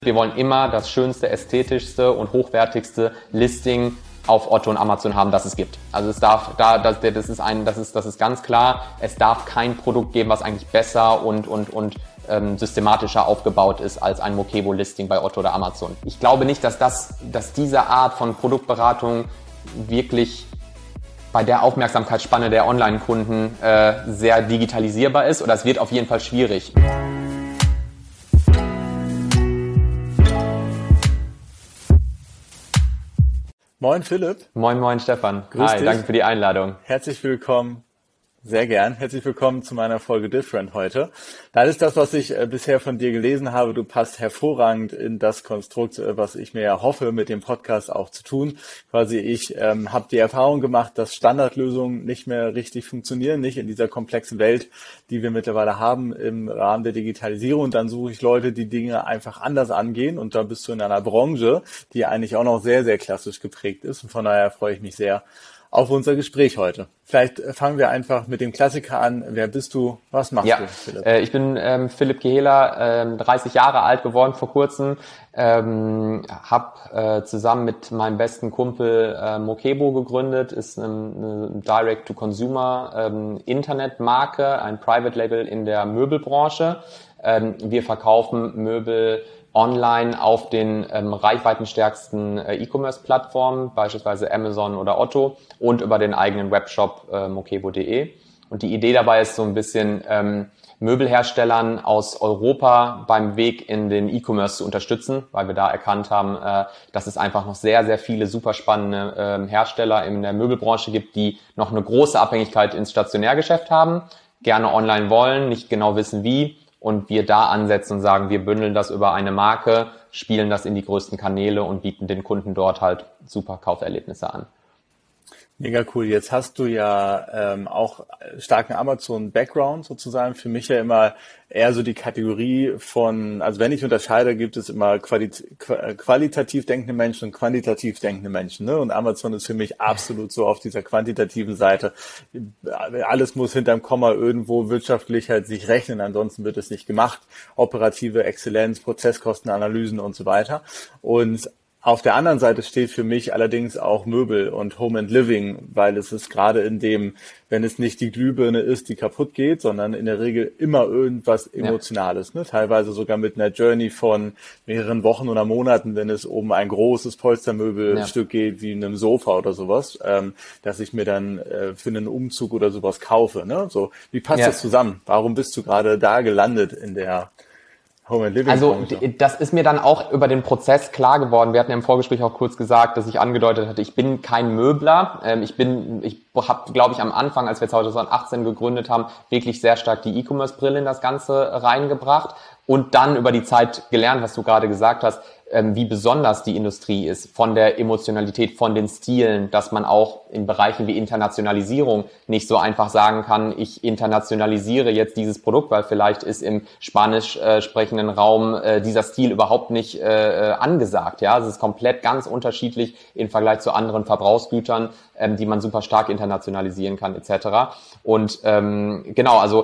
Wir wollen immer das schönste, ästhetischste und hochwertigste Listing auf Otto und Amazon haben, das es gibt. Also das ist ganz klar. Es darf kein Produkt geben, was eigentlich besser und systematischer aufgebaut ist als ein Mokebo-Listing bei Otto oder Amazon. Ich glaube nicht, dass diese Art von Produktberatung wirklich bei der Aufmerksamkeitsspanne der Online-Kunden sehr digitalisierbar ist, oder es wird auf jeden Fall schwierig. Moin Philipp. Moin Stefan. Grüß dich. Danke für die Einladung. Herzlich willkommen. Sehr gern. Herzlich willkommen zu meiner Folge Different heute. Das ist das, was ich bisher von dir gelesen habe. Du passt hervorragend in das Konstrukt, was ich mir ja hoffe, mit dem Podcast auch zu tun. Quasi ich habe die Erfahrung gemacht, dass Standardlösungen nicht mehr richtig funktionieren, nicht in dieser komplexen Welt, die wir mittlerweile haben im Rahmen der Digitalisierung. Und dann suche ich Leute, die Dinge einfach anders angehen. Und da bist du in einer Branche, die eigentlich auch noch sehr, sehr klassisch geprägt ist. Und von daher freue ich mich sehr auf unser Gespräch heute. Vielleicht fangen wir einfach mit dem Klassiker an. Wer bist du? Was machst du, Philipp? Ich bin Philipp Kehler, 30 Jahre alt geworden vor kurzem. Habe zusammen mit meinem besten Kumpel Mokebo gegründet. Ist eine Direct-to-Consumer Internetmarke, ein Private Label in der Möbelbranche. Wir verkaufen Möbel online auf den reichweitenstärksten E-Commerce-Plattformen, beispielsweise Amazon oder Otto, und über den eigenen Webshop mokebo.de. Und die Idee dabei ist so ein bisschen Möbelherstellern aus Europa beim Weg in den E-Commerce zu unterstützen, weil wir da erkannt haben, dass es einfach noch sehr, sehr viele super spannende Hersteller in der Möbelbranche gibt, die noch eine große Abhängigkeit ins Stationärgeschäft haben, gerne online wollen, nicht genau wissen wie. Und wir da ansetzen und sagen, wir bündeln das über eine Marke, spielen das in die größten Kanäle und bieten den Kunden dort halt super Kauferlebnisse an. Mega cool. Jetzt hast du ja auch starken Amazon-Background sozusagen. Für mich ja immer eher so die Kategorie von, also wenn ich unterscheide, gibt es immer qualitativ denkende Menschen und quantitativ denkende Menschen, ne? Und Amazon ist für mich absolut so auf dieser quantitativen Seite. Alles muss hinterm Komma irgendwo wirtschaftlich halt sich rechnen, ansonsten wird es nicht gemacht. Operative Exzellenz, Prozesskostenanalysen und so weiter. Und auf der anderen Seite steht für mich allerdings auch Möbel und Home and Living, weil es ist gerade in dem, wenn es nicht die Glühbirne ist, die kaputt geht, sondern in der Regel immer irgendwas Emotionales, ne? Teilweise sogar mit einer Journey von mehreren Wochen oder Monaten, wenn es um ein großes Polstermöbelstück geht, wie einem Sofa oder sowas, dass ich mir dann für einen Umzug oder sowas kaufe, ne? So, wie passt das zusammen? Warum bist du gerade da gelandet in der Also das ist mir dann auch über den Prozess klar geworden. Wir hatten ja im Vorgespräch auch kurz gesagt, dass ich angedeutet hatte, ich bin kein Möbler. Ich habe, glaube ich, am Anfang, als wir 2018 gegründet haben, wirklich sehr stark die E-Commerce-Brille in das Ganze reingebracht und dann über die Zeit gelernt, was du gerade gesagt hast, wie besonders die Industrie ist, von der Emotionalität, von den Stilen, dass man auch in Bereichen wie Internationalisierung nicht so einfach sagen kann, ich internationalisiere jetzt dieses Produkt, weil vielleicht ist im spanisch sprechenden Raum dieser Stil überhaupt nicht angesagt. Ja, es ist komplett ganz unterschiedlich im Vergleich zu anderen Verbrauchsgütern, die man super stark internationalisieren kann etc. Und genau, also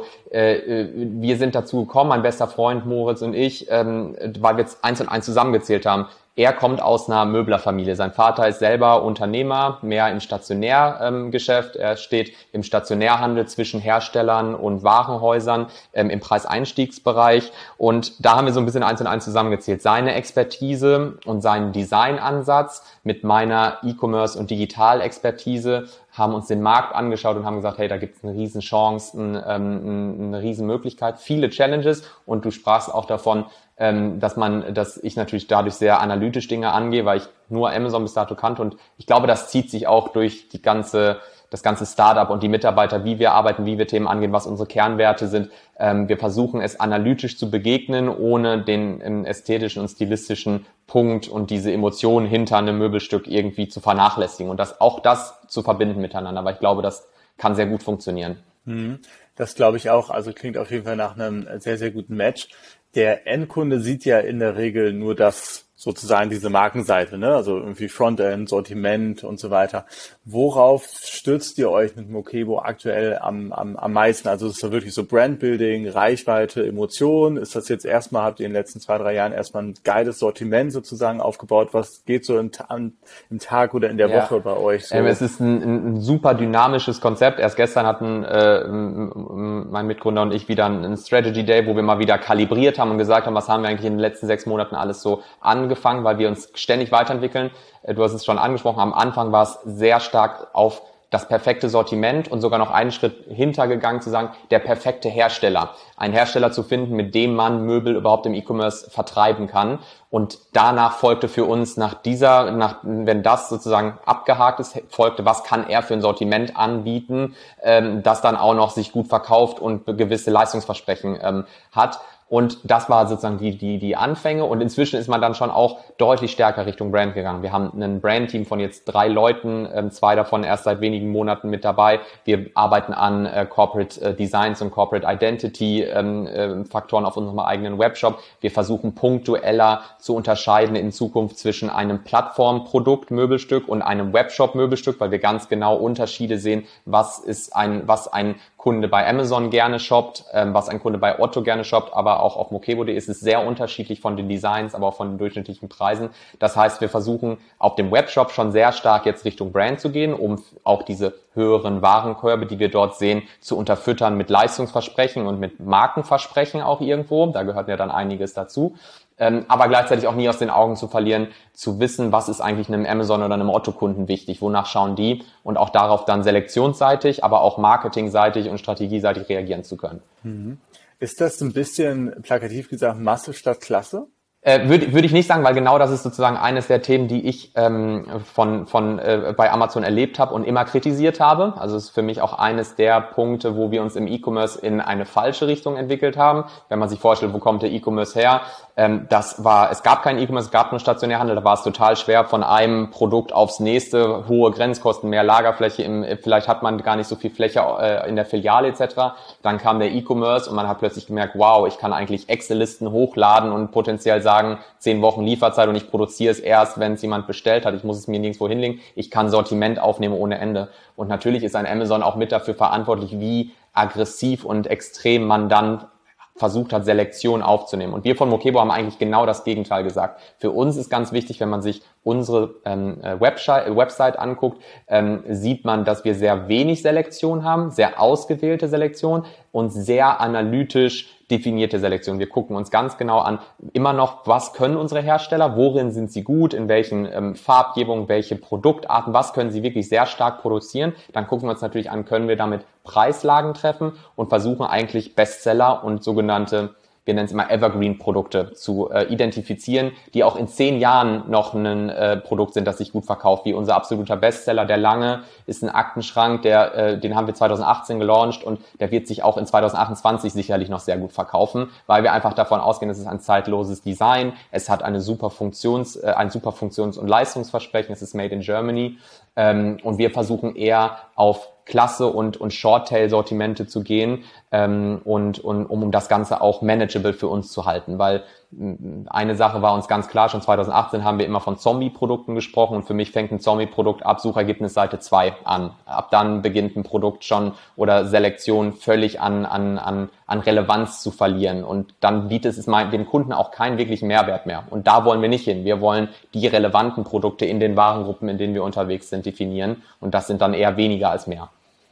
wir sind dazu gekommen, mein bester Freund Moritz und ich, weil wir jetzt eins und eins zusammengezählt haben. Er kommt aus einer Möblerfamilie. Sein Vater ist selber Unternehmer, mehr im Stationärgeschäft. Er steht im Stationärhandel zwischen Herstellern und Warenhäusern im Preiseinstiegsbereich. Und da haben wir so ein bisschen eins und eins zusammengezählt. Seine Expertise und seinen Designansatz mit meiner E-Commerce- und Digitalexpertise haben uns den Markt angeschaut und haben gesagt, hey, da gibt es eine riesen Chance, eine riesen Möglichkeit, viele Challenges. Und du sprachst auch davon, dass ich natürlich dadurch sehr analytisch Dinge angehe, weil ich nur Amazon bis dato kannte. Und ich glaube, das zieht sich auch durch das ganze Startup und die Mitarbeiter, wie wir arbeiten, wie wir Themen angehen, was unsere Kernwerte sind. Wir versuchen es analytisch zu begegnen, ohne den ästhetischen und stilistischen Punkt und diese Emotionen hinter einem Möbelstück irgendwie zu vernachlässigen und auch das zu verbinden miteinander. Weil ich glaube, das kann sehr gut funktionieren. Das glaube ich auch. Also klingt auf jeden Fall nach einem sehr, sehr guten Match. Der Endkunde sieht ja in der Regel nur das sozusagen diese Markenseite, ne? Also irgendwie Frontend, Sortiment und so weiter. Worauf stürzt ihr euch mit Mokebo aktuell am meisten? Also ist das wirklich so Brandbuilding, Reichweite, Emotion? Ist das jetzt erstmal, habt ihr in den letzten 2-3 Jahren erstmal ein geiles Sortiment sozusagen aufgebaut? Was geht so im Tag oder in der Woche bei euch so? Es ist ein super dynamisches Konzept. Erst gestern hatten mein Mitgründer und ich wieder einen Strategy Day, wo wir mal wieder kalibriert haben und gesagt haben, was haben wir eigentlich in den letzten 6 Monaten alles so angefangen, weil wir uns ständig weiterentwickeln. Du hast es schon angesprochen, am Anfang war es sehr stark auf das perfekte Sortiment und sogar noch einen Schritt hintergegangen zu sagen, der perfekte Hersteller. Einen Hersteller zu finden, mit dem man Möbel überhaupt im E-Commerce vertreiben kann. Und danach folgte für uns wenn das sozusagen abgehakt ist, folgte, was kann er für ein Sortiment anbieten, das dann auch noch sich gut verkauft und gewisse Leistungsversprechen hat. Und das war sozusagen die Anfänge. Und inzwischen ist man dann schon auch deutlich stärker Richtung Brand gegangen. Wir haben ein Brandteam von jetzt 3 Leuten, 2 davon erst seit wenigen Monaten mit dabei. Wir arbeiten an Corporate Designs und Corporate Identity Faktoren auf unserem eigenen Webshop. Wir versuchen punktueller zu unterscheiden in Zukunft zwischen einem Plattformprodukt Möbelstück und einem Webshop Möbelstück, weil wir ganz genau Unterschiede sehen, was ein Kunde bei Amazon gerne shoppt, was ein Kunde bei Otto gerne shoppt, aber auch auf mokebo.de ist es sehr unterschiedlich von den Designs, aber auch von den durchschnittlichen Preisen. Das heißt, wir versuchen auf dem Webshop schon sehr stark jetzt Richtung Brand zu gehen, um auch diese höheren Warenkörbe, die wir dort sehen, zu unterfüttern mit Leistungsversprechen und mit Markenversprechen auch irgendwo. Da gehört ja dann einiges dazu. Aber gleichzeitig auch nie aus den Augen zu verlieren, zu wissen, was ist eigentlich einem Amazon oder einem Otto-Kunden wichtig, wonach schauen die und auch darauf dann selektionsseitig, aber auch marketingseitig und strategieseitig reagieren zu können. Ist das ein bisschen, plakativ gesagt, Masse statt Klasse? Würde ich nicht sagen, weil genau das ist sozusagen eines der Themen, die ich bei Amazon erlebt habe und immer kritisiert habe. Also es ist für mich auch eines der Punkte, wo wir uns im E-Commerce in eine falsche Richtung entwickelt haben. Wenn man sich vorstellt, wo kommt der E-Commerce her? Es gab keinen E-Commerce, es gab nur Stationärhandel, da war es total schwer, von einem Produkt aufs nächste, hohe Grenzkosten, mehr Lagerfläche, vielleicht hat man gar nicht so viel Fläche in der Filiale etc. Dann kam der E-Commerce und man hat plötzlich gemerkt, wow, ich kann eigentlich Excel-Listen hochladen und potenziell sagen, 10 Wochen Lieferzeit und ich produziere es erst, wenn es jemand bestellt hat. Ich muss es mir nirgendwo hinlegen. Ich kann Sortiment aufnehmen ohne Ende. Und natürlich ist ein Amazon auch mit dafür verantwortlich, wie aggressiv und extrem man dann versucht hat, Selektion aufzunehmen. Und wir von Mokebo haben eigentlich genau das Gegenteil gesagt. Für uns ist ganz wichtig, wenn man sich unsere Website anguckt, sieht man, dass wir sehr wenig Selektion haben, sehr ausgewählte Selektion und sehr analytisch definierte Selektion. Wir gucken uns ganz genau an, immer noch, was können unsere Hersteller, worin sind sie gut, in welchen Farbgebungen, welche Produktarten, was können sie wirklich sehr stark produzieren. Dann gucken wir uns natürlich an, können wir damit Preislagen treffen und versuchen eigentlich Bestseller und sogenannte, wir nennen es immer Evergreen-Produkte zu identifizieren, die auch in 10 Jahren noch ein Produkt sind, das sich gut verkauft, wie unser absoluter Bestseller, der Lange, ist ein Aktenschrank, den haben wir 2018 gelauncht und der wird sich auch in 2028 sicherlich noch sehr gut verkaufen, weil wir einfach davon ausgehen, es ist ein zeitloses Design, es hat ein super Funktions- und Leistungsversprechen, es ist made in Germany und wir versuchen eher auf Klasse und Short-Tail-Sortimente zu gehen um das Ganze auch manageable für uns zu halten, weil eine Sache war uns ganz klar, schon 2018 haben wir immer von Zombie-Produkten gesprochen und für mich fängt ein Zombie-Produkt ab Suchergebnis Seite 2 an. Ab dann beginnt ein Produkt schon oder Selektion völlig an Relevanz zu verlieren und dann bietet es dem Kunden auch keinen wirklichen Mehrwert mehr und da wollen wir nicht hin. Wir wollen die relevanten Produkte in den Warengruppen, in denen wir unterwegs sind, definieren und das sind dann eher weniger als mehr.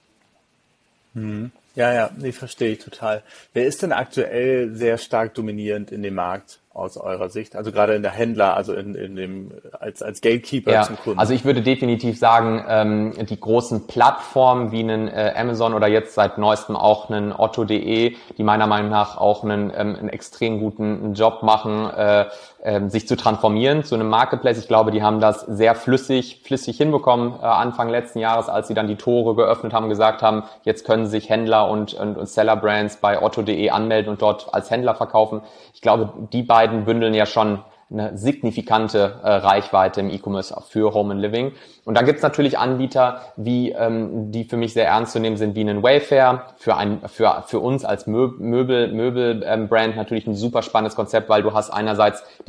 Ja, nee, verstehe ich total. Wer ist denn aktuell sehr stark dominierend in dem Markt aus eurer Sicht? Also gerade in der Händler, also in dem als Gatekeeper zum Kunden. Also ich würde definitiv sagen, die großen Plattformen wie einen Amazon oder jetzt seit neuestem auch einen Otto.de, die meiner Meinung nach auch einen extrem guten Job machen, sich zu transformieren zu einem Marketplace. Ich glaube, die haben das sehr flüssig hinbekommen Anfang letzten Jahres, als sie dann die Tore geöffnet haben, gesagt haben, jetzt können sich Händler und Seller-Brands bei Otto.de anmelden und dort als Händler verkaufen. Ich glaube, die beiden bündeln ja schon eine signifikante Reichweite im E-Commerce für Home and Living. Und dann gibt's natürlich Anbieter, wie die für mich sehr ernst zu nehmen sind, wie einen Wayfair, für uns als Möbelbrand natürlich ein super spannendes Konzept, weil du hast einerseits dieses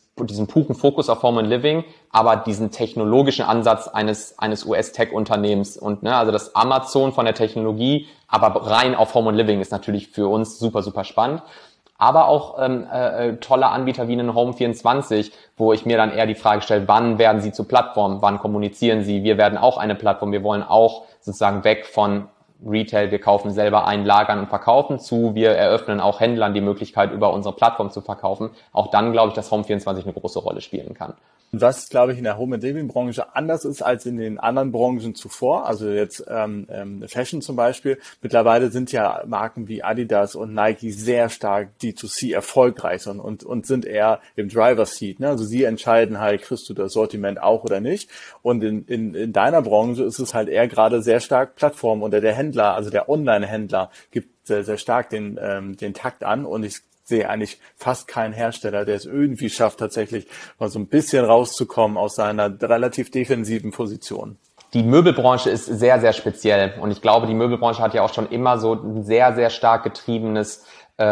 diesen puren Fokus auf Home and Living, aber diesen technologischen Ansatz eines US-Tech-Unternehmens und also das Amazon von der Technologie, aber rein auf Home and Living ist natürlich für uns super, super spannend. Aber auch tolle Anbieter wie einen Home24, wo ich mir dann eher die Frage stelle, wann werden sie zur Plattform, wann kommunizieren sie? Wir werden auch eine Plattform, wir wollen auch sozusagen weg von Retail, wir kaufen selber ein, lagern und verkaufen, zu wir eröffnen auch Händlern die Möglichkeit, über unsere Plattform zu verkaufen. Auch dann glaube ich, dass Home24 eine große Rolle spielen kann. Was, glaube ich, in der Home and Living Branche anders ist als in den anderen Branchen zuvor, also jetzt Fashion zum Beispiel. Mittlerweile sind ja Marken wie Adidas und Nike sehr stark D2C erfolgreich und sind eher im Driver's Seat. Ne? Also sie entscheiden halt, kriegst du das Sortiment auch oder nicht. Und in deiner Branche ist es halt eher gerade sehr stark Plattform oder der Händler, also der Online-Händler gibt sehr, sehr stark den Takt an und ich sehe eigentlich fast keinen Hersteller, der es irgendwie schafft, tatsächlich mal so ein bisschen rauszukommen aus seiner relativ defensiven Position. Die Möbelbranche ist sehr, sehr speziell und ich glaube, die Möbelbranche hat ja auch schon immer so ein sehr, sehr stark getriebenes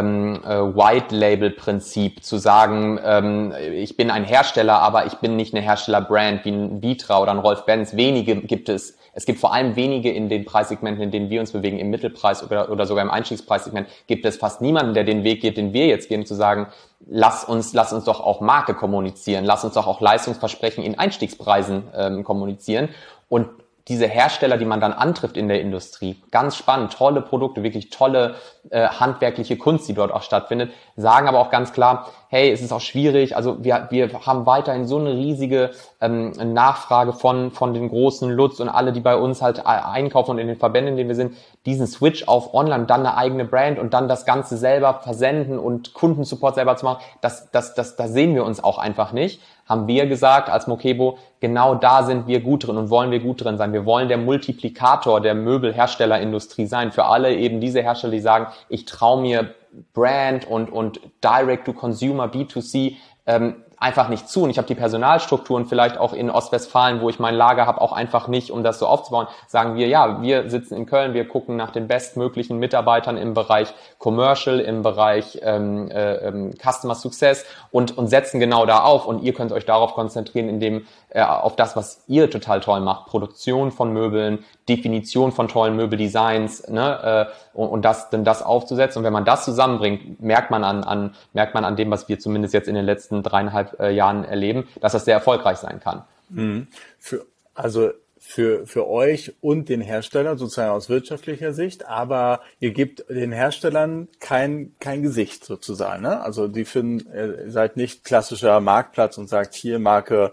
White-Label-Prinzip, zu sagen, ich bin ein Hersteller, aber ich bin nicht eine Herstellerbrand wie ein Vitra oder ein Rolf-Benz. Wenige gibt es. Es gibt vor allem wenige in den Preissegmenten, in denen wir uns bewegen, im Mittelpreis oder sogar im Einstiegspreissegment, gibt es fast niemanden, der den Weg geht, den wir jetzt gehen, zu sagen, lass uns doch auch Marke kommunizieren, lass uns doch auch Leistungsversprechen in Einstiegspreisen kommunizieren. Und diese Hersteller, die man dann antrifft in der Industrie, ganz spannend, tolle Produkte, wirklich tolle handwerkliche Kunst, die dort auch stattfindet, sagen aber auch ganz klar, hey, es ist auch schwierig, also wir haben weiterhin so eine riesige Nachfrage von den großen Lutz und alle, die bei uns halt einkaufen und in den Verbänden, in denen wir sind, diesen Switch auf Online, dann eine eigene Brand und dann das Ganze selber versenden und Kundensupport selber zu machen, das sehen wir uns auch einfach nicht. Haben wir gesagt als Mokebo, genau da sind wir gut drin und wollen wir gut drin sein. Wir wollen der Multiplikator der Möbelherstellerindustrie sein. Für alle eben diese Hersteller, die sagen, ich traue mir Brand und Direct-to-Consumer, B2C einfach nicht zu. Und ich habe die Personalstrukturen vielleicht auch in Ostwestfalen, wo ich mein Lager habe, auch einfach nicht, um das so aufzubauen. Sagen wir, ja, wir sitzen in Köln, wir gucken nach den bestmöglichen Mitarbeitern im Bereich Commercial, im Bereich Customer Success und setzen genau da auf. Und ihr könnt euch darauf konzentrieren, indem auf das, was ihr total toll macht, Produktion von Möbeln, Definition von tollen Möbeldesigns, und das aufzusetzen. Und wenn man das zusammenbringt, merkt man an dem, was wir zumindest jetzt in den letzten 3,5 Jahren erleben, dass das sehr erfolgreich sein kann. Mhm. Für euch und den Herstellern sozusagen aus wirtschaftlicher Sicht, aber ihr gebt den Herstellern kein Gesicht sozusagen, ne? Also die finden, ihr seid nicht klassischer Marktplatz und sagt, hier Marke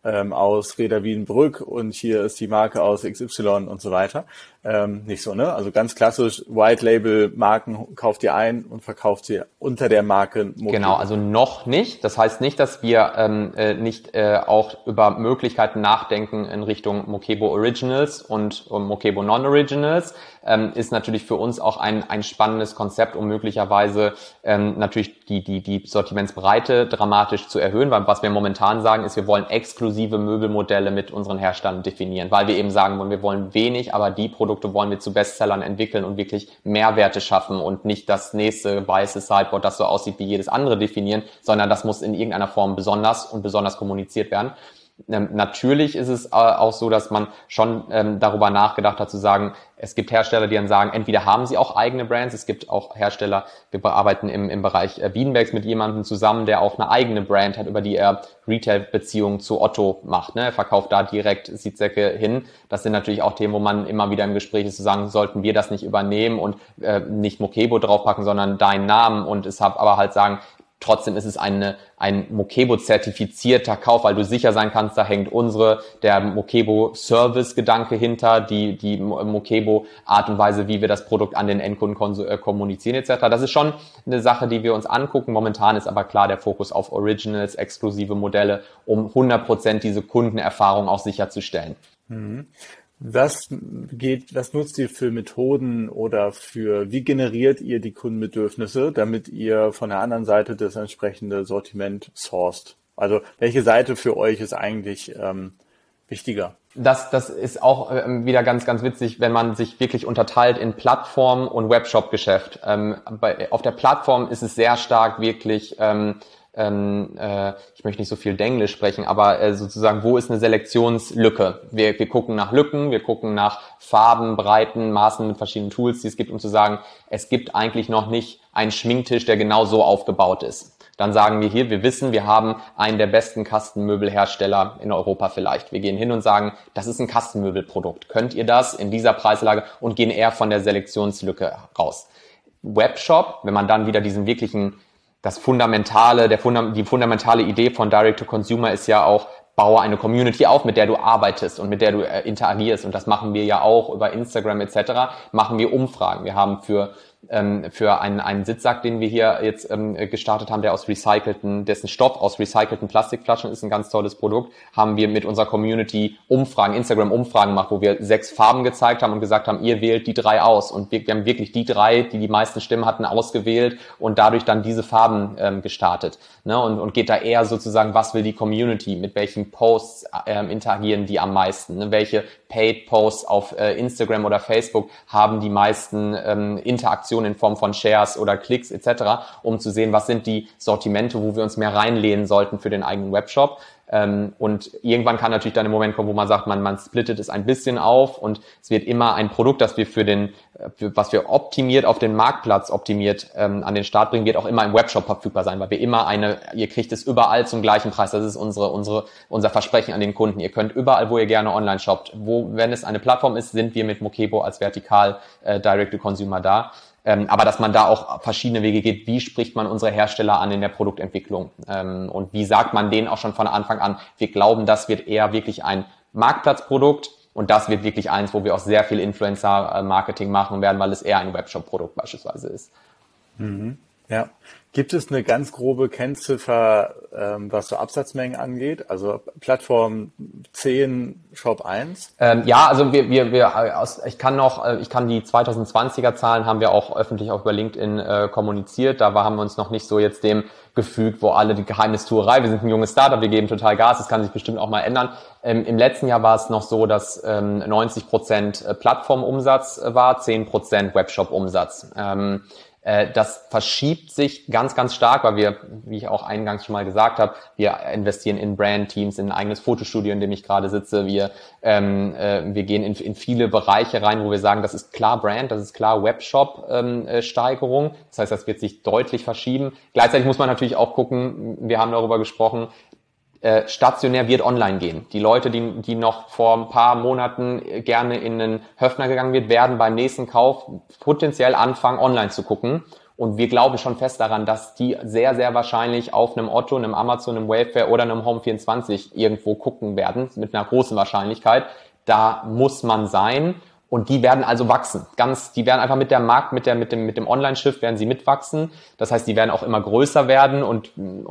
aus Reda Wiedenbrück und hier ist die Marke aus XY und so weiter. Nicht so, ne? Also ganz klassisch White Label Marken kauft ihr ein und verkauft sie unter der Marke Mokebo. Genau, also noch nicht. Das heißt nicht, dass wir nicht auch über Möglichkeiten nachdenken in Richtung Mokebo Originals und Mokebo Non-Originals. Ist natürlich für uns auch ein spannendes Konzept, um möglicherweise natürlich die Sortimentsbreite dramatisch zu erhöhen, weil was wir momentan sagen ist, wir wollen exklusive Möbelmodelle mit unseren Herstellern definieren, weil wir eben sagen wollen, wir wollen wenig, aber die Produkte wollen wir zu Bestsellern entwickeln und wirklich Mehrwerte schaffen und nicht das nächste weiße Sideboard, das so aussieht wie jedes andere definieren, sondern das muss in irgendeiner Form besonders kommuniziert werden. Natürlich ist es auch so, dass man schon darüber nachgedacht hat zu sagen, es gibt Hersteller, die dann sagen, entweder haben sie auch eigene Brands, es gibt auch Hersteller, wir arbeiten im Bereich Beanbags mit jemandem zusammen, der auch eine eigene Brand hat, über die er Retail-Beziehungen zu Otto macht. Ne? Er verkauft da direkt Sitzsäcke hin. Das sind natürlich auch Themen, wo man immer wieder im Gespräch ist, zu sagen, sollten wir das nicht übernehmen und nicht Mokebo draufpacken, sondern deinen Namen und es aber halt sagen, trotzdem ist es ein Mokebo-zertifizierter Kauf, weil du sicher sein kannst, da hängt der Mokebo-Service-Gedanke hinter, die Mokebo-Art und Weise, wie wir das Produkt an den Endkunden kommunizieren etc. Das ist schon eine Sache, die wir uns angucken. Momentan ist aber klar der Fokus auf Originals, exklusive Modelle, um 100% diese Kundenerfahrung auch sicherzustellen. Mhm. Was nutzt ihr für Methoden oder wie generiert ihr die Kundenbedürfnisse, damit ihr von der anderen Seite das entsprechende Sortiment sourced? Also welche Seite für euch ist eigentlich wichtiger? Das ist auch wieder ganz, ganz witzig, wenn man sich wirklich unterteilt in Plattform und Webshop-Geschäft. Auf der Plattform ist es sehr stark wirklich ich möchte nicht so viel Denglisch sprechen, aber sozusagen, wo ist eine Selektionslücke? Wir gucken nach Lücken, wir gucken nach Farben, Breiten, Maßen mit verschiedenen Tools, die es gibt, um zu sagen, es gibt eigentlich noch nicht einen Schminktisch, der genau so aufgebaut ist. Dann sagen wir hier, wir wissen, wir haben einen der besten Kastenmöbelhersteller in Europa vielleicht. Wir gehen hin und sagen, das ist ein Kastenmöbelprodukt. Könnt ihr das in dieser Preislage, und gehen eher von der Selektionslücke raus. Webshop, wenn man dann wieder diesen wirklichen, die fundamentale Idee von Direct to Consumer ist ja auch, baue eine Community auf, mit der du arbeitest und mit der du interagierst. Und das machen wir ja auch über Instagram etc. Machen wir Umfragen. Wir haben für einen Sitzsack, den wir hier jetzt gestartet haben, dessen Stoff aus recycelten Plastikflaschen ist, ein ganz tolles Produkt, haben wir mit unserer Community Instagram-Umfragen gemacht, wo wir 6 Farben gezeigt haben und gesagt haben, ihr wählt die 3 aus. Und wir haben wirklich die 3, die meisten Stimmen hatten, ausgewählt und dadurch dann diese Farben gestartet. Ne? Und geht da eher sozusagen, was will die Community, mit welchen Posts interagieren die am meisten, ne? Welche Paid-Posts auf Instagram oder Facebook haben die meisten Interaktionen in Form von Shares oder Klicks etc., um zu sehen, was sind die Sortimente, wo wir uns mehr reinlehnen sollten für den eigenen Webshop. Und irgendwann kann natürlich dann ein Moment kommen, wo man sagt, man splittet es ein bisschen auf und es wird immer ein Produkt, das wir was wir optimiert auf den Marktplatz optimiert an den Start bringen, wird auch immer im Webshop verfügbar sein, weil wir immer ihr kriegt es überall zum gleichen Preis. Das ist unser Versprechen an den Kunden. Ihr könnt überall, wo ihr gerne online shoppt, wenn es eine Plattform ist, sind wir mit Mokebo als vertikal Direct-to-Consumer da. Aber dass man da auch verschiedene Wege geht, wie spricht man unsere Hersteller an in der Produktentwicklung und wie sagt man denen auch schon von Anfang an, wir glauben, das wird eher wirklich ein Marktplatzprodukt und das wird wirklich eins, wo wir auch sehr viel Influencer-Marketing machen werden, weil es eher ein Webshop-Produkt beispielsweise ist. Mhm. Ja. Gibt es eine ganz grobe Kennziffer, was so Absatzmengen angeht? Also Plattform 10, Shop 1? Ja, also ich kann die 2020er Zahlen haben wir auch öffentlich auch über LinkedIn kommuniziert. Da haben wir uns noch nicht so jetzt dem gefügt, wo alle die Geheimnistuerei, wir sind ein junges Startup, wir geben total Gas, das kann sich bestimmt auch mal ändern. Im letzten Jahr war es noch so, dass 90% Plattformumsatz war, 10% Webshop-Umsatz. Das verschiebt sich ganz, ganz stark, weil wir, wie ich auch eingangs schon mal gesagt habe, wir investieren in Brand-Teams, in ein eigenes Fotostudio, in dem ich gerade sitze. Wir gehen in viele Bereiche rein, wo wir sagen, das ist klar Brand, das ist klar Webshop-Steigerung. Das heißt, das wird sich deutlich verschieben. Gleichzeitig muss man natürlich auch gucken, wir haben darüber gesprochen, stationär wird online gehen. Die Leute, die noch vor ein paar Monaten gerne in einen Höffner gegangen wird, werden beim nächsten Kauf potenziell anfangen, online zu gucken. Und wir glauben schon fest daran, dass die sehr, sehr wahrscheinlich auf einem Otto, einem Amazon, einem Wayfair oder einem Home24 irgendwo gucken werden, mit einer großen Wahrscheinlichkeit. Da muss man sein. Und die werden also wachsen. Die werden einfach mit dem Online-Shift werden sie mitwachsen. Das heißt, die werden auch immer größer werden und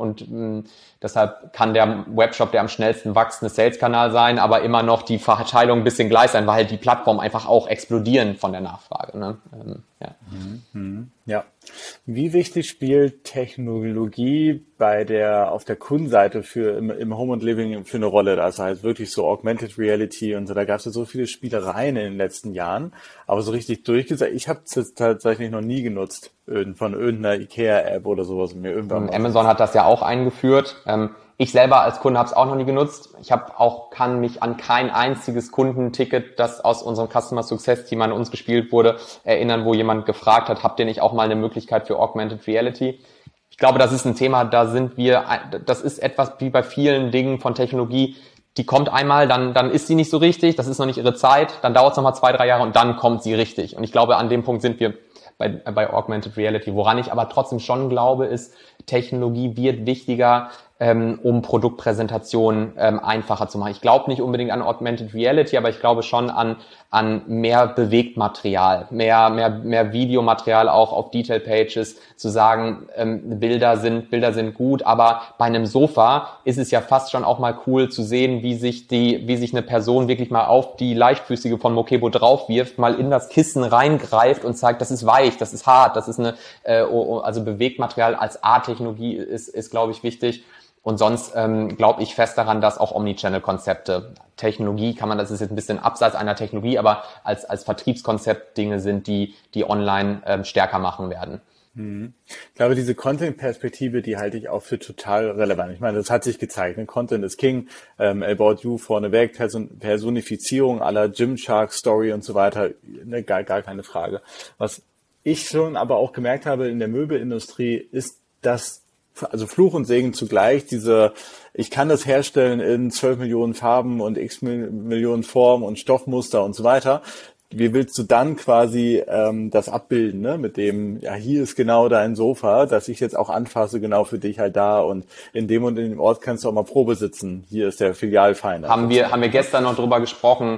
deshalb kann der Webshop der am schnellsten wachsende Sales-Kanal sein, aber immer noch die Verteilung ein bisschen gleich sein, weil halt die Plattformen einfach auch explodieren von der Nachfrage. Ne? Ja. Ja. Wie wichtig spielt Technologie auf der Kundenseite im Home und Living für eine Rolle? Das heißt wirklich so Augmented Reality und so. Da gab es ja so viele Spielereien in den letzten Jahren, aber so richtig durchgesetzt. Ich habe es tatsächlich noch nie genutzt von irgendeiner Ikea-App oder sowas. Amazon hat das ja auch eingeführt. Ich selber als Kunde habe es auch noch nie genutzt. Kann mich an kein einziges Kundenticket, das aus unserem Customer Success Team an uns gespielt wurde, erinnern, wo jemand gefragt hat, habt ihr nicht auch mal eine Möglichkeit für Augmented Reality? Ich glaube, das ist ein Thema, das ist etwas wie bei vielen Dingen von Technologie, die kommt einmal, dann ist sie nicht so richtig, das ist noch nicht ihre Zeit, dann dauert es nochmal 2-3 Jahre und dann kommt sie richtig. Und ich glaube, an dem Punkt sind wir bei Augmented Reality. Woran ich aber trotzdem schon glaube, ist, Technologie wird wichtiger, um Produktpräsentationen einfacher zu machen. Ich glaube nicht unbedingt an Augmented Reality, aber ich glaube schon an mehr Bewegtmaterial, mehr Videomaterial auch auf Detail Pages, zu sagen, Bilder sind gut, aber bei einem Sofa ist es ja fast schon auch mal cool zu sehen, wie sich eine Person wirklich mal auf die Leichtfüßige von Mokebo drauf wirft, mal in das Kissen reingreift und zeigt, das ist weich, das ist hart, das ist also Bewegtmaterial als A-Technologie ist glaube ich wichtig. Und sonst glaube ich fest daran, dass auch Omnichannel-Konzepte, Technologie das ist jetzt ein bisschen abseits einer Technologie, aber als Vertriebskonzept Dinge sind, die online stärker machen werden. Ich glaube, diese Content-Perspektive, die halte ich auch für total relevant. Ich meine, das hat sich gezeigt. Ne? Content is King, About You vorneweg, Personifizierung aller Gymshark-Story und so weiter, ne? Gar keine Frage. Was ich schon aber auch gemerkt habe in der Möbelindustrie, ist, dass, also Fluch und Segen zugleich, ich kann das herstellen in 12 Millionen Farben und x Millionen Formen und Stoffmuster und so weiter. Wie willst du dann quasi das abbilden, ne? Mit dem, ja, hier ist genau dein Sofa, das ich jetzt auch anfasse, genau für dich halt da, und in dem Ort kannst du auch mal Probe sitzen. Hier ist der Filialfinder. Haben wir gestern noch drüber gesprochen,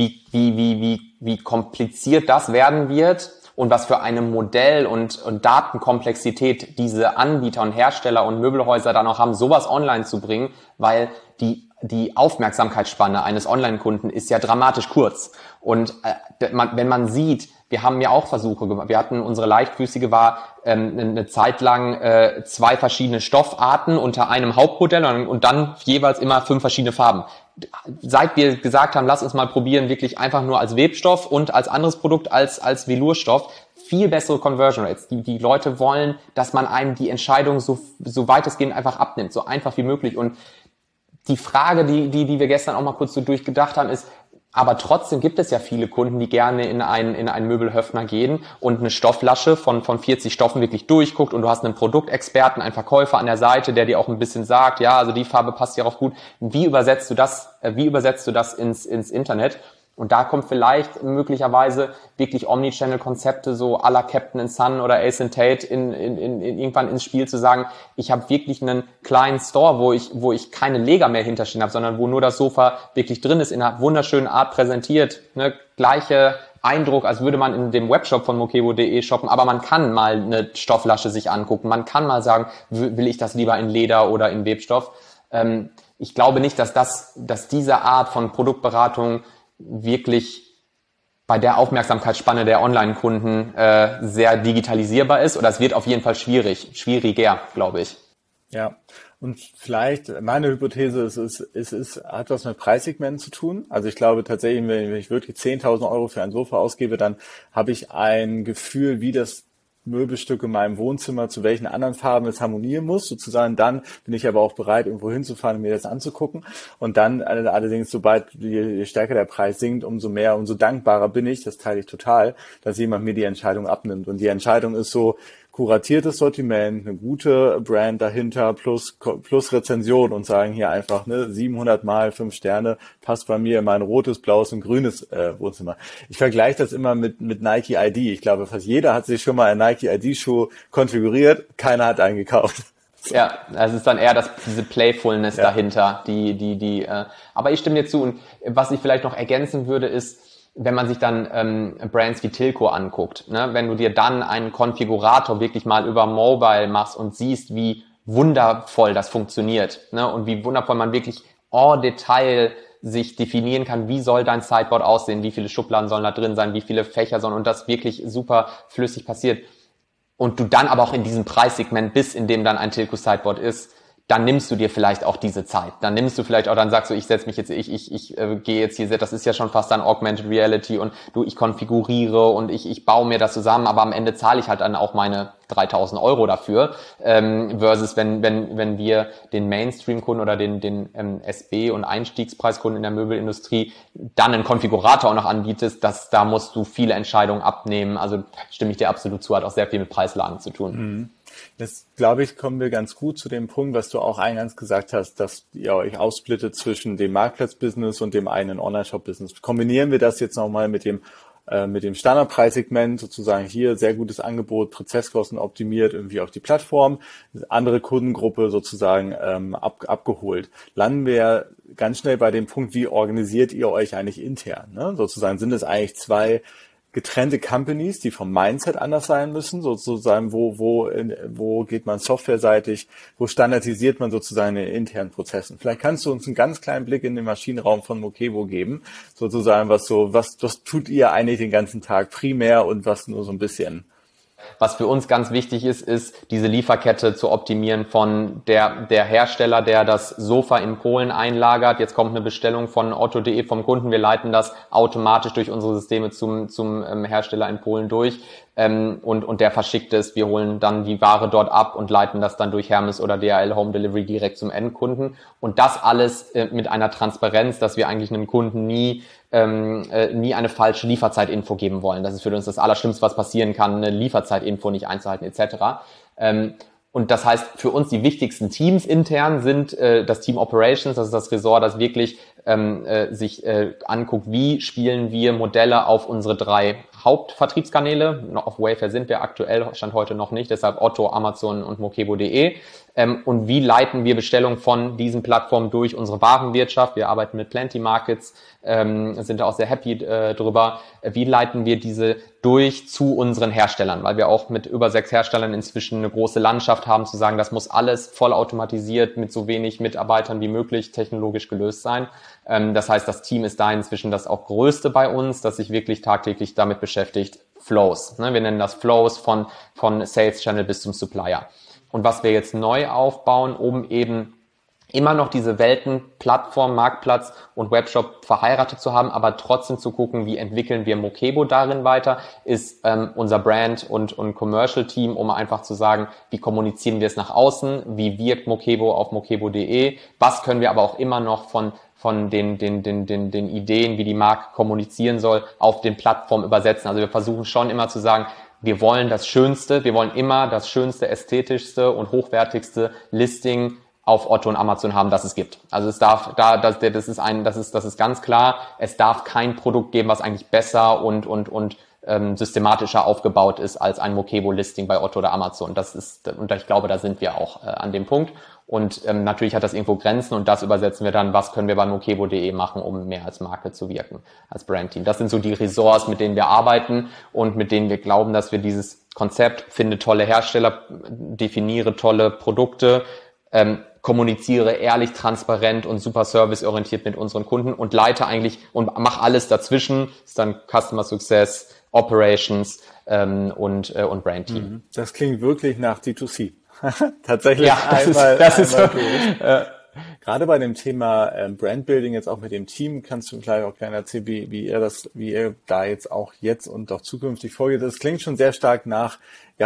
wie kompliziert das werden wird und was für eine Modell- und Datenkomplexität diese Anbieter und Hersteller und Möbelhäuser dann auch haben, sowas online zu bringen, weil die Aufmerksamkeitsspanne eines Online-Kunden ist ja dramatisch kurz. Und wenn man sieht, wir haben ja auch Versuche gemacht. Wir hatten unsere leichtfüßige war eine Zeit lang 2 verschiedene Stoffarten unter einem Hauptmodell und dann jeweils immer 5 verschiedene Farben. Seit wir gesagt haben, lass uns mal probieren, wirklich einfach nur als Webstoff und als anderes Produkt als Velurstoff, viel bessere Conversion Rates. Die Leute wollen, dass man einem die Entscheidung so weitestgehend einfach abnimmt, so einfach wie möglich. Und die Frage, die wir gestern auch mal kurz so durchgedacht haben, ist, aber trotzdem gibt es ja viele Kunden, die gerne in einen Möbelhöfner gehen und eine Stofflasche von 40 Stoffen wirklich durchguckt und du hast einen Produktexperten, einen Verkäufer an der Seite, der dir auch ein bisschen sagt, ja, also die Farbe passt hierauf gut. Wie übersetzt du das ins Internet? Und da kommt vielleicht möglicherweise wirklich Omnichannel-Konzepte, so à la Captain & Son oder Ace & Tate irgendwann ins Spiel, zu sagen, ich habe wirklich einen kleinen Store, wo ich keine Leger mehr hinterstehen habe, sondern wo nur das Sofa wirklich drin ist, in einer wunderschönen Art präsentiert. Ne? Gleiche Eindruck, als würde man in dem Webshop von mokebo.de shoppen, aber man kann mal eine Stofflasche sich angucken. Man kann mal sagen, will ich das lieber in Leder oder in Webstoff? Ich glaube nicht, dass diese Art von Produktberatung wirklich bei der Aufmerksamkeitsspanne der Online-Kunden sehr digitalisierbar ist, oder es wird auf jeden Fall schwieriger, glaube ich. Ja, und vielleicht meine Hypothese ist, hat was mit Preissegmenten zu tun. Also ich glaube tatsächlich, wenn ich wirklich 10.000 Euro für ein Sofa ausgebe, dann habe ich ein Gefühl, wie das Möbelstück in meinem Wohnzimmer, zu welchen anderen Farben es harmonieren muss, sozusagen. Dann bin ich aber auch bereit, irgendwo hinzufahren und mir das anzugucken. Und dann allerdings, sobald je stärker der Preis sinkt, umso mehr, umso dankbarer bin ich, das teile ich total, dass jemand mir die Entscheidung abnimmt. Und die Entscheidung ist so: kuratiertes Sortiment, eine gute Brand dahinter plus Rezension, und sagen hier einfach, ne, 700 mal 5 Sterne, passt bei mir in mein rotes, blaues und grünes Wohnzimmer. Ich vergleiche das immer mit Nike ID. Ich glaube, fast jeder hat sich schon mal einen Nike ID-Schuh konfiguriert, keiner hat einen gekauft. Ja, es ist dann eher diese Playfulness dahinter, aber ich stimme dir zu. Und was ich vielleicht noch ergänzen würde, ist, wenn man sich dann Brands wie Tilco anguckt, ne, wenn du dir dann einen Konfigurator wirklich mal über Mobile machst und siehst, wie wundervoll das funktioniert, ne, und wie wundervoll man wirklich en Detail sich definieren kann, wie soll dein Sideboard aussehen, wie viele Schubladen sollen da drin sein, wie viele Fächer sollen, und das wirklich super flüssig passiert, und du dann aber auch in diesem Preissegment bist, in dem dann ein Tilco Sideboard ist, dann nimmst du dir vielleicht auch diese Zeit. Dann nimmst du vielleicht auch, dann sagst du, ich setze mich jetzt, ich gehe jetzt hier, das ist ja schon fast dann Augmented Reality, und ich konfiguriere und ich baue mir das zusammen, aber am Ende zahle ich halt dann auch meine 3.000 Euro dafür, versus wenn wir den Mainstream-Kunden oder den SB- und Einstiegspreiskunden in der Möbelindustrie dann einen Konfigurator auch noch anbietest, da musst du viele Entscheidungen abnehmen. Also stimme ich dir absolut zu, hat auch sehr viel mit Preislagen zu tun. Mhm. Jetzt, glaube ich, kommen wir ganz gut zu dem Punkt, was du auch eingangs gesagt hast, dass ihr euch aufsplittet zwischen dem Marktplatz-Business und dem eigenen Online-Shop-Business. Kombinieren wir das jetzt nochmal mit dem Standardpreissegment, sozusagen hier sehr gutes Angebot, Prozesskosten optimiert, irgendwie auf die Plattform, andere Kundengruppe sozusagen abgeholt. Landen wir ganz schnell bei dem Punkt, wie organisiert ihr euch eigentlich intern? Ne? Sozusagen sind es eigentlich 2 getrennte Companies, die vom Mindset anders sein müssen, sozusagen, wo geht man softwareseitig, wo standardisiert man sozusagen in internen Prozessen. Vielleicht kannst du uns einen ganz kleinen Blick in den Maschinenraum von Mokebo geben, sozusagen, was tut ihr eigentlich den ganzen Tag primär und was nur so ein bisschen? Was für uns ganz wichtig ist diese Lieferkette zu optimieren von der Hersteller, der das Sofa in Polen einlagert. Jetzt kommt eine Bestellung von otto.de vom Kunden. Wir leiten das automatisch durch unsere Systeme zum Hersteller in Polen durch. und der verschickt es. Wir holen dann die Ware dort ab und leiten das dann durch Hermes oder DHL Home Delivery direkt zum Endkunden. Und das alles mit einer Transparenz, dass wir eigentlich einem Kunden nie eine falsche Lieferzeitinfo geben wollen. Das ist für uns das Allerschlimmste, was passieren kann, eine Lieferzeitinfo nicht einzuhalten etc. Und das heißt, für uns die wichtigsten Teams intern sind das Team Operations, das ist das Ressort, das wirklich sich anguckt, wie spielen wir Modelle auf unsere 3 Hauptvertriebskanäle. Auf Wayfair sind wir aktuell, Stand heute noch nicht, deshalb Otto, Amazon und Mokebo.de. Und wie leiten wir Bestellungen von diesen Plattformen durch unsere Warenwirtschaft? Wir arbeiten mit Plenty Markets, sind da auch sehr happy drüber. Wie leiten wir diese durch zu unseren Herstellern? Weil wir auch mit über 6 Herstellern inzwischen eine große Landschaft haben, zu sagen, das muss alles vollautomatisiert mit so wenig Mitarbeitern wie möglich technologisch gelöst sein. Das heißt, das Team ist da inzwischen das auch größte bei uns, das sich wirklich tagtäglich damit beschäftigt, Flows. Wir nennen das Flows von Sales Channel bis zum Supplier. Und was wir jetzt neu aufbauen, um eben immer noch diese Welten, Plattform, Marktplatz und Webshop verheiratet zu haben, aber trotzdem zu gucken, wie entwickeln wir Mokebo darin weiter, ist unser Brand und Commercial-Team, um einfach zu sagen, wie kommunizieren wir es nach außen, wie wirkt Mokebo auf mokebo.de, was können wir aber auch immer noch von den Ideen, wie die Marke kommunizieren soll, auf den Plattformen übersetzen. Also wir versuchen schon immer zu sagen, wir wollen das Schönste, wir wollen immer das schönste, ästhetischste und hochwertigste Listing auf Otto und Amazon haben, das es gibt. Also es darf das ist ganz klar, es darf kein Produkt geben, was eigentlich besser und systematischer aufgebaut ist als ein Mokebo-Listing bei Otto oder Amazon. Und ich glaube, da sind wir auch an dem Punkt. Und natürlich hat das irgendwo Grenzen und das übersetzen wir dann, was können wir bei mokebo.de machen, um mehr als Marke zu wirken, als Brandteam. Das sind so die Ressorts, mit denen wir arbeiten und mit denen wir glauben, dass wir dieses Konzept, finde tolle Hersteller, definiere tolle Produkte, kommuniziere ehrlich, transparent und super serviceorientiert mit unseren Kunden und leite eigentlich und mach alles dazwischen, ist dann Customer Success, Operations und Brandteam. Das klingt wirklich nach D2C. Tatsächlich. Ja, das ist so. Gerade bei dem Thema Brandbuilding jetzt auch mit dem Team, kannst du gleich auch gerne erzählen, wie ihr da jetzt und auch zukünftig vorgeht. Das klingt schon sehr stark nach,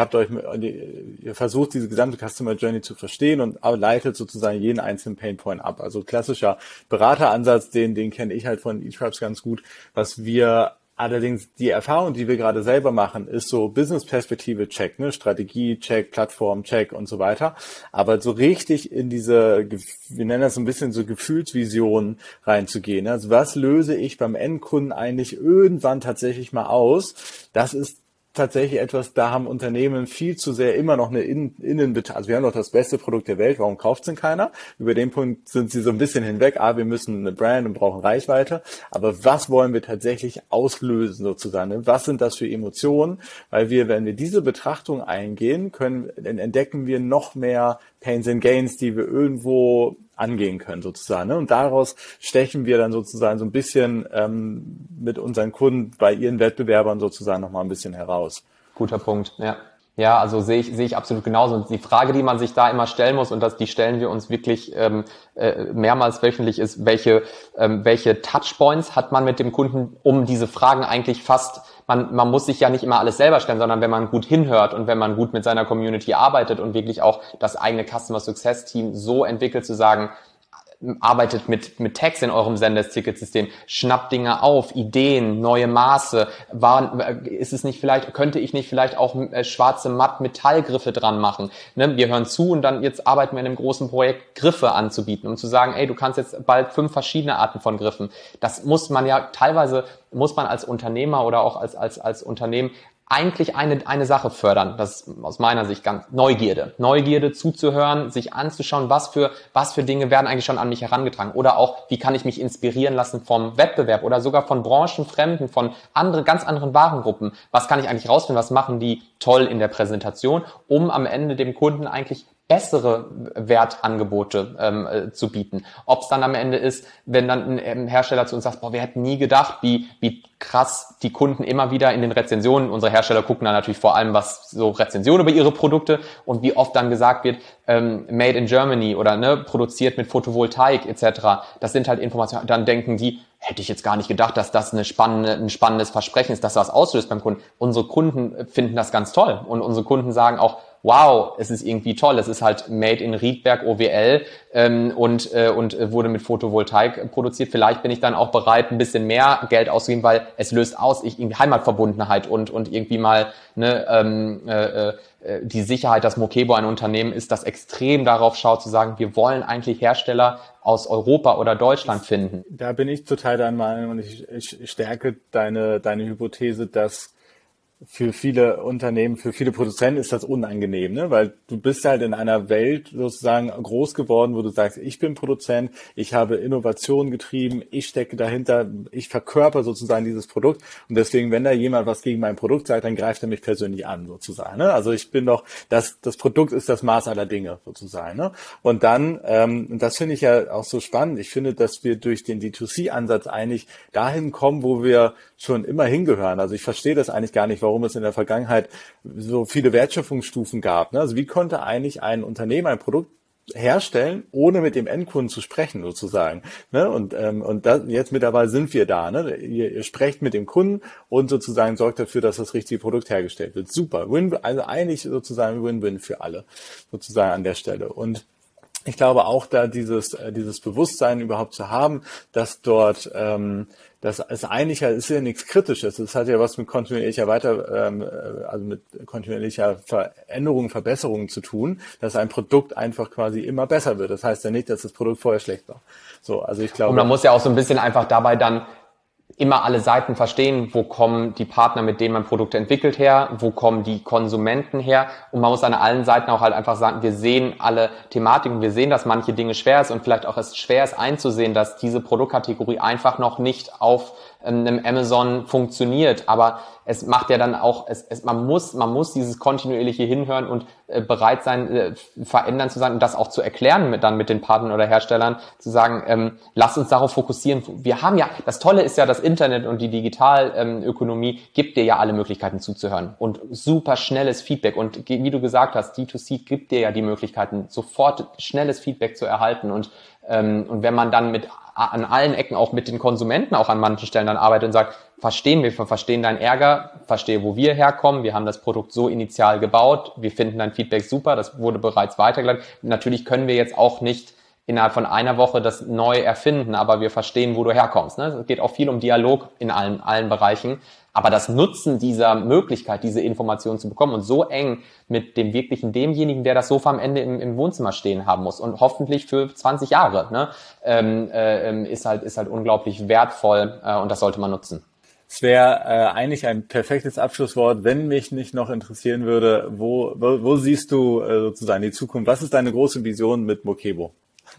ihr versucht diese gesamte Customer Journey zu verstehen und leitet sozusagen jeden einzelnen Painpoint ab. Also klassischer Berateransatz, den kenne ich halt von eTribes ganz gut. Was wir allerdings, die Erfahrung, die wir gerade selber machen, ist so Business-Perspektive Check, ne? Strategie Check, Plattform Check und so weiter. Aber so richtig in diese, wir nennen das so ein bisschen so Gefühlsvision reinzugehen. Also was löse ich beim Endkunden eigentlich irgendwann tatsächlich mal aus? Das ist tatsächlich etwas, da haben Unternehmen viel zu sehr immer noch eine also wir haben doch das beste Produkt der Welt, warum kauft es denn keiner? Über den Punkt sind sie so ein bisschen hinweg, wir müssen eine Brand und brauchen Reichweite, aber was wollen wir tatsächlich auslösen sozusagen? Was sind das für Emotionen? Weil wenn wir diese Betrachtung eingehen, dann entdecken wir noch mehr Pains and Gains, die wir irgendwo angehen können sozusagen. Und daraus stechen wir dann sozusagen so ein bisschen mit unseren Kunden bei ihren Wettbewerbern sozusagen nochmal ein bisschen heraus. Guter Punkt, ja. Ja, also sehe ich absolut genauso. Und die Frage, die man sich da immer stellen muss, und die stellen wir uns wirklich mehrmals wöchentlich, ist, welche Touchpoints hat man mit dem Kunden, um diese Fragen eigentlich man muss sich ja nicht immer alles selber stellen, sondern wenn man gut hinhört und wenn man gut mit seiner Community arbeitet und wirklich auch das eigene Customer Success Team so entwickelt, zu sagen, arbeitet mit Tags in eurem Sendes-Ticketsystem, schnappt Dinge auf, Ideen, neue Maße, könnte ich nicht vielleicht auch schwarze Matt-Metallgriffe dran machen? Ne? Wir hören zu und dann jetzt arbeiten wir in einem großen Projekt, Griffe anzubieten, um zu sagen, du kannst jetzt bald 5 verschiedene Arten von Griffen. Das muss man ja teilweise, als Unternehmer oder auch als Unternehmen eigentlich eine Sache fördern. Das ist aus meiner Sicht ganz Neugierde zuzuhören, sich anzuschauen, was für Dinge werden eigentlich schon an mich herangetragen oder auch, wie kann ich mich inspirieren lassen vom Wettbewerb oder sogar von Branchenfremden, von ganz anderen Warengruppen. Was kann ich eigentlich rausfinden, was machen die toll in der Präsentation, um am Ende dem Kunden eigentlich bessere Wertangebote zu bieten. Ob es dann am Ende ist, wenn dann ein Hersteller zu uns sagt, wir hätten nie gedacht, wie krass die Kunden immer wieder in den Rezensionen, unsere Hersteller gucken dann natürlich vor allem, was so Rezensionen über ihre Produkte und wie oft dann gesagt wird, made in Germany oder produziert mit Photovoltaik etc. Das sind halt Informationen, dann denken die, hätte ich jetzt gar nicht gedacht, dass das ein spannendes Versprechen ist, dass das auslöst beim Kunden. Unsere Kunden finden das ganz toll und unsere Kunden sagen auch, wow, es ist irgendwie toll, es ist halt made in Riedberg OWL und wurde mit Photovoltaik produziert. Vielleicht bin ich dann auch bereit, ein bisschen mehr Geld auszugeben, weil es löst aus, irgendwie Heimatverbundenheit und irgendwie mal die Sicherheit, dass Mokebo ein Unternehmen ist, das extrem darauf schaut, zu sagen, wir wollen eigentlich Hersteller aus Europa oder Deutschland finden. Da bin ich total deiner Meinung und ich stärke deine Hypothese, dass für viele Unternehmen, für viele Produzenten ist das unangenehm, ne? Weil du bist halt in einer Welt sozusagen groß geworden, wo du sagst, ich bin Produzent, ich habe Innovation getrieben, ich stecke dahinter, ich verkörper sozusagen dieses Produkt und deswegen, wenn da jemand was gegen mein Produkt sagt, dann greift er mich persönlich an sozusagen, ne? Also ich bin doch, das Produkt ist das Maß aller Dinge sozusagen, ne? Und dann, das finde ich ja auch so spannend, ich finde, dass wir durch den D2C-Ansatz eigentlich dahin kommen, wo wir schon immer hingehören. Also ich verstehe das eigentlich gar nicht, warum es in der Vergangenheit so viele Wertschöpfungsstufen gab. Also wie konnte eigentlich ein Unternehmen ein Produkt herstellen, ohne mit dem Endkunden zu sprechen sozusagen. Und das, jetzt mittlerweile sind wir da. Ihr sprecht mit dem Kunden und sozusagen sorgt dafür, dass das richtige Produkt hergestellt wird. Super. Also eigentlich sozusagen Win-Win für alle sozusagen an der Stelle. Und ich glaube auch, da dieses Bewusstsein überhaupt zu haben, dass dort das ist eigentlich ist ja nichts Kritisches. Es hat ja was mit kontinuierlicher mit kontinuierlicher Veränderung, Verbesserung zu tun, dass ein Produkt einfach quasi immer besser wird. Das heißt ja nicht, dass das Produkt vorher schlecht war. So, also ich glaube. Und man muss ja auch so ein bisschen einfach dabei dann immer alle Seiten verstehen, wo kommen die Partner, mit denen man Produkte entwickelt, her, wo kommen die Konsumenten her, und man muss an allen Seiten auch halt einfach sagen, wir sehen alle Thematiken, wir sehen, dass manche Dinge schwer ist und vielleicht auch es schwer ist einzusehen, dass diese Produktkategorie einfach noch nicht auf einem Amazon funktioniert, aber es macht ja dann auch, man muss dieses kontinuierliche Hinhören und bereit sein, verändern zu sein und das auch zu erklären mit den Partnern oder Herstellern, zu sagen, lasst uns darauf fokussieren. Wir haben ja, das Tolle ist ja, das Internet und die Digitalökonomie gibt dir ja alle Möglichkeiten zuzuhören und super schnelles Feedback, und wie du gesagt hast, D2C gibt dir ja die Möglichkeiten, sofort schnelles Feedback zu erhalten, und wenn man dann an allen Ecken auch mit den Konsumenten auch an manchen Stellen dann arbeitet und sagt, wir verstehen deinen Ärger, verstehe, wo wir herkommen, wir haben das Produkt so initial gebaut, wir finden dein Feedback super, das wurde bereits weitergeleitet. Natürlich können wir jetzt auch nicht innerhalb von einer Woche das neu erfinden, aber wir verstehen, wo du herkommst. Es geht auch viel um Dialog in allen Bereichen. Aber das Nutzen dieser Möglichkeit, diese Informationen zu bekommen und so eng mit demjenigen, der das Sofa am Ende im Wohnzimmer stehen haben muss und hoffentlich für 20 Jahre, ist halt unglaublich wertvoll, und das sollte man nutzen. Es wäre eigentlich ein perfektes Abschlusswort, wenn mich nicht noch interessieren würde, wo siehst du sozusagen die Zukunft? Was ist deine große Vision mit Mokebo?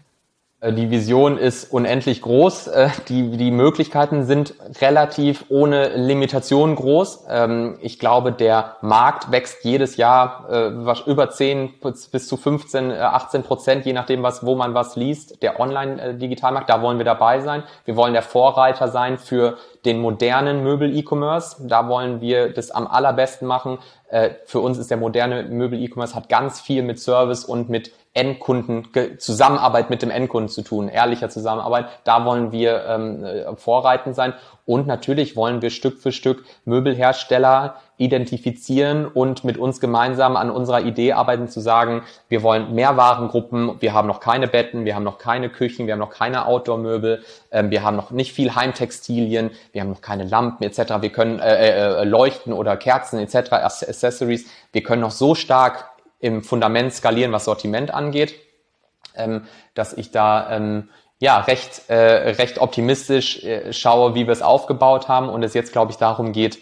Die Vision ist unendlich groß. Die Möglichkeiten sind relativ ohne Limitation groß. Ich glaube, der Markt wächst jedes Jahr über 10 bis zu 15, 18%, je nachdem, wo man was liest. Der Online-Digitalmarkt, da wollen wir dabei sein. Wir wollen der Vorreiter sein für den modernen Möbel-E-Commerce. Da wollen wir das am allerbesten machen. Für uns ist der moderne Möbel-E-Commerce, hat ganz viel mit Service und mit Zusammenarbeit mit dem Endkunden zu tun, ehrlicher Zusammenarbeit. Da wollen wir vorreitend sein. Und natürlich wollen wir Stück für Stück Möbelhersteller identifizieren und mit uns gemeinsam an unserer Idee arbeiten, zu sagen, wir wollen mehr Warengruppen, wir haben noch keine Betten, wir haben noch keine Küchen, wir haben noch keine Outdoor-Möbel, wir haben noch nicht viel Heimtextilien, wir haben noch keine Lampen etc., wir können Leuchten oder Kerzen etc., Accessories, wir können noch so stark im Fundament skalieren, was Sortiment angeht, dass ich da recht optimistisch schaue, wie wir es aufgebaut haben, und es jetzt, glaube ich, darum geht,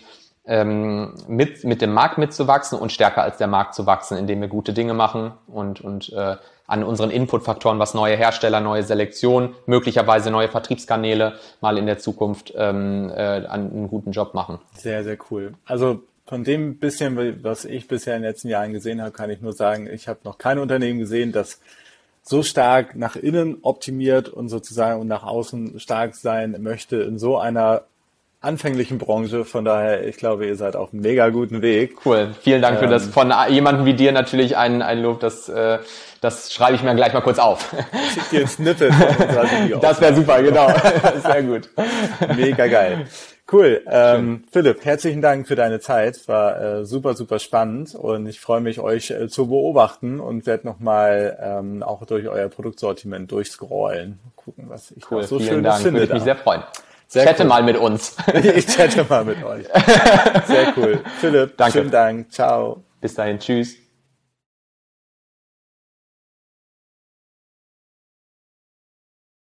mit dem Markt mitzuwachsen und stärker als der Markt zu wachsen, indem wir gute Dinge machen und an unseren Inputfaktoren, was neue Hersteller, neue Selektion, möglicherweise neue Vertriebskanäle mal in der Zukunft einen guten Job machen. Sehr, sehr cool. Also von dem bisschen, was ich bisher in den letzten Jahren gesehen habe, kann ich nur sagen, ich habe noch kein Unternehmen gesehen, das so stark nach innen optimiert und sozusagen nach außen stark sein möchte in so einer anfänglichen Branche. Von daher, ich glaube, ihr seid auf einem mega guten Weg. Cool. Vielen Dank für das. Von jemandem wie dir natürlich ein Lob, das schreibe ich mir gleich mal kurz auf. Schick dir ein Snippet von unserer Video. Das wäre super, genau. Sehr gut. Mega geil. Cool. Philipp, herzlichen Dank für deine Zeit. War super, super spannend und ich freue mich, euch zu beobachten und werde nochmal auch durch euer Produktsortiment durchscrollen. Gucken, was ich noch so Vielen Dank. finde. Würde ich mich sehr freuen. Sehr chatte cool. mal mit uns. Ich chatte mal mit euch. Sehr cool. Philipp, danke. Schönen Dank. Ciao. Bis dahin. Tschüss.